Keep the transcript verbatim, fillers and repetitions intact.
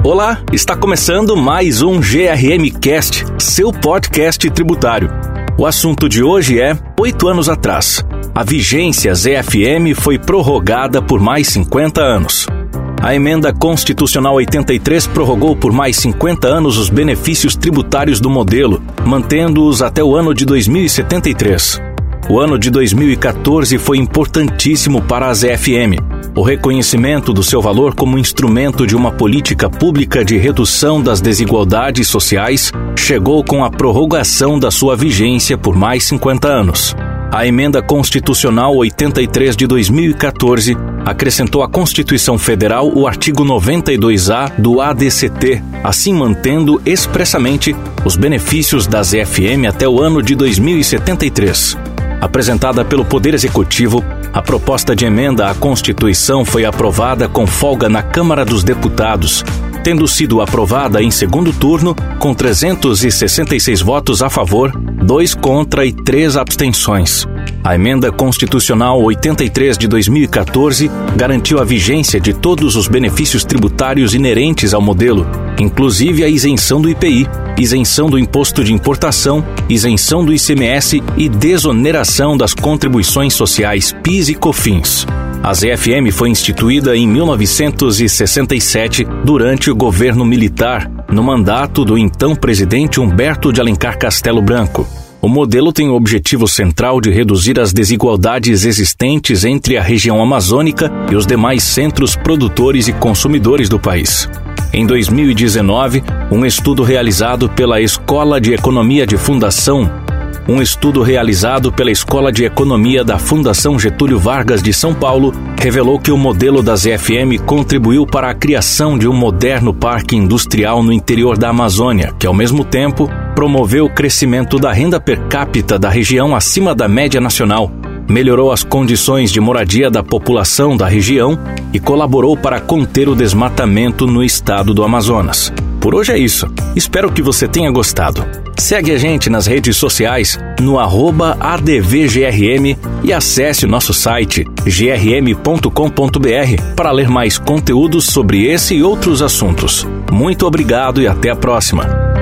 Olá, está começando mais um G R M Cast, seu podcast tributário. O assunto de hoje é oito anos atrás. A vigência Z F M foi prorrogada por mais cinquenta anos. A Emenda Constitucional oitenta e três prorrogou por mais cinquenta anos os benefícios tributários do modelo, mantendo-os até o ano de dois mil e setenta e três. O ano de dois mil e quatorze foi importantíssimo para a Z F M. O reconhecimento do seu valor como instrumento de uma política pública de redução das desigualdades sociais chegou com a prorrogação da sua vigência por mais cinquenta anos. A Emenda Constitucional oitenta e três de dois mil e quatorze acrescentou à Constituição Federal o artigo noventa e dois A do A D C T, assim mantendo expressamente os benefícios da Z F M até o ano de dois mil e setenta e três. Apresentada pelo Poder Executivo, a proposta de emenda à Constituição foi aprovada com folga na Câmara dos Deputados, tendo sido aprovada em segundo turno com trezentos e sessenta e seis votos a favor, dois contra e três abstenções. A Emenda Constitucional oitenta e três de dois mil e quatorze garantiu a vigência de todos os benefícios tributários inerentes ao modelo, inclusive a isenção do I P I, isenção do imposto de importação, isenção do I C M S e desoneração das contribuições sociais PIS e COFINS. A Z F M foi instituída em mil novecentos e sessenta e sete durante o governo militar, no mandato do então presidente Humberto de Alencar Castelo Branco. O modelo tem o objetivo central de reduzir as desigualdades existentes entre a região amazônica e os demais centros produtores e consumidores do país. Em dois mil e dezenove, um estudo realizado pela Escola de Economia de Fundação, um estudo realizado pela Escola de Economia da Fundação Getúlio Vargas de São Paulo, revelou que o modelo da Z F M contribuiu para a criação de um moderno parque industrial no interior da Amazônia, que ao mesmo tempo promoveu o crescimento da renda per capita da região acima da média nacional, melhorou as condições de moradia da população da região e colaborou para conter o desmatamento no estado do Amazonas. Por hoje é isso. Espero que você tenha gostado. Segue a gente nas redes sociais no arroba A D V G R M e acesse o nosso site g r m ponto com ponto b r para ler mais conteúdos sobre esse e outros assuntos. Muito obrigado e até a próxima.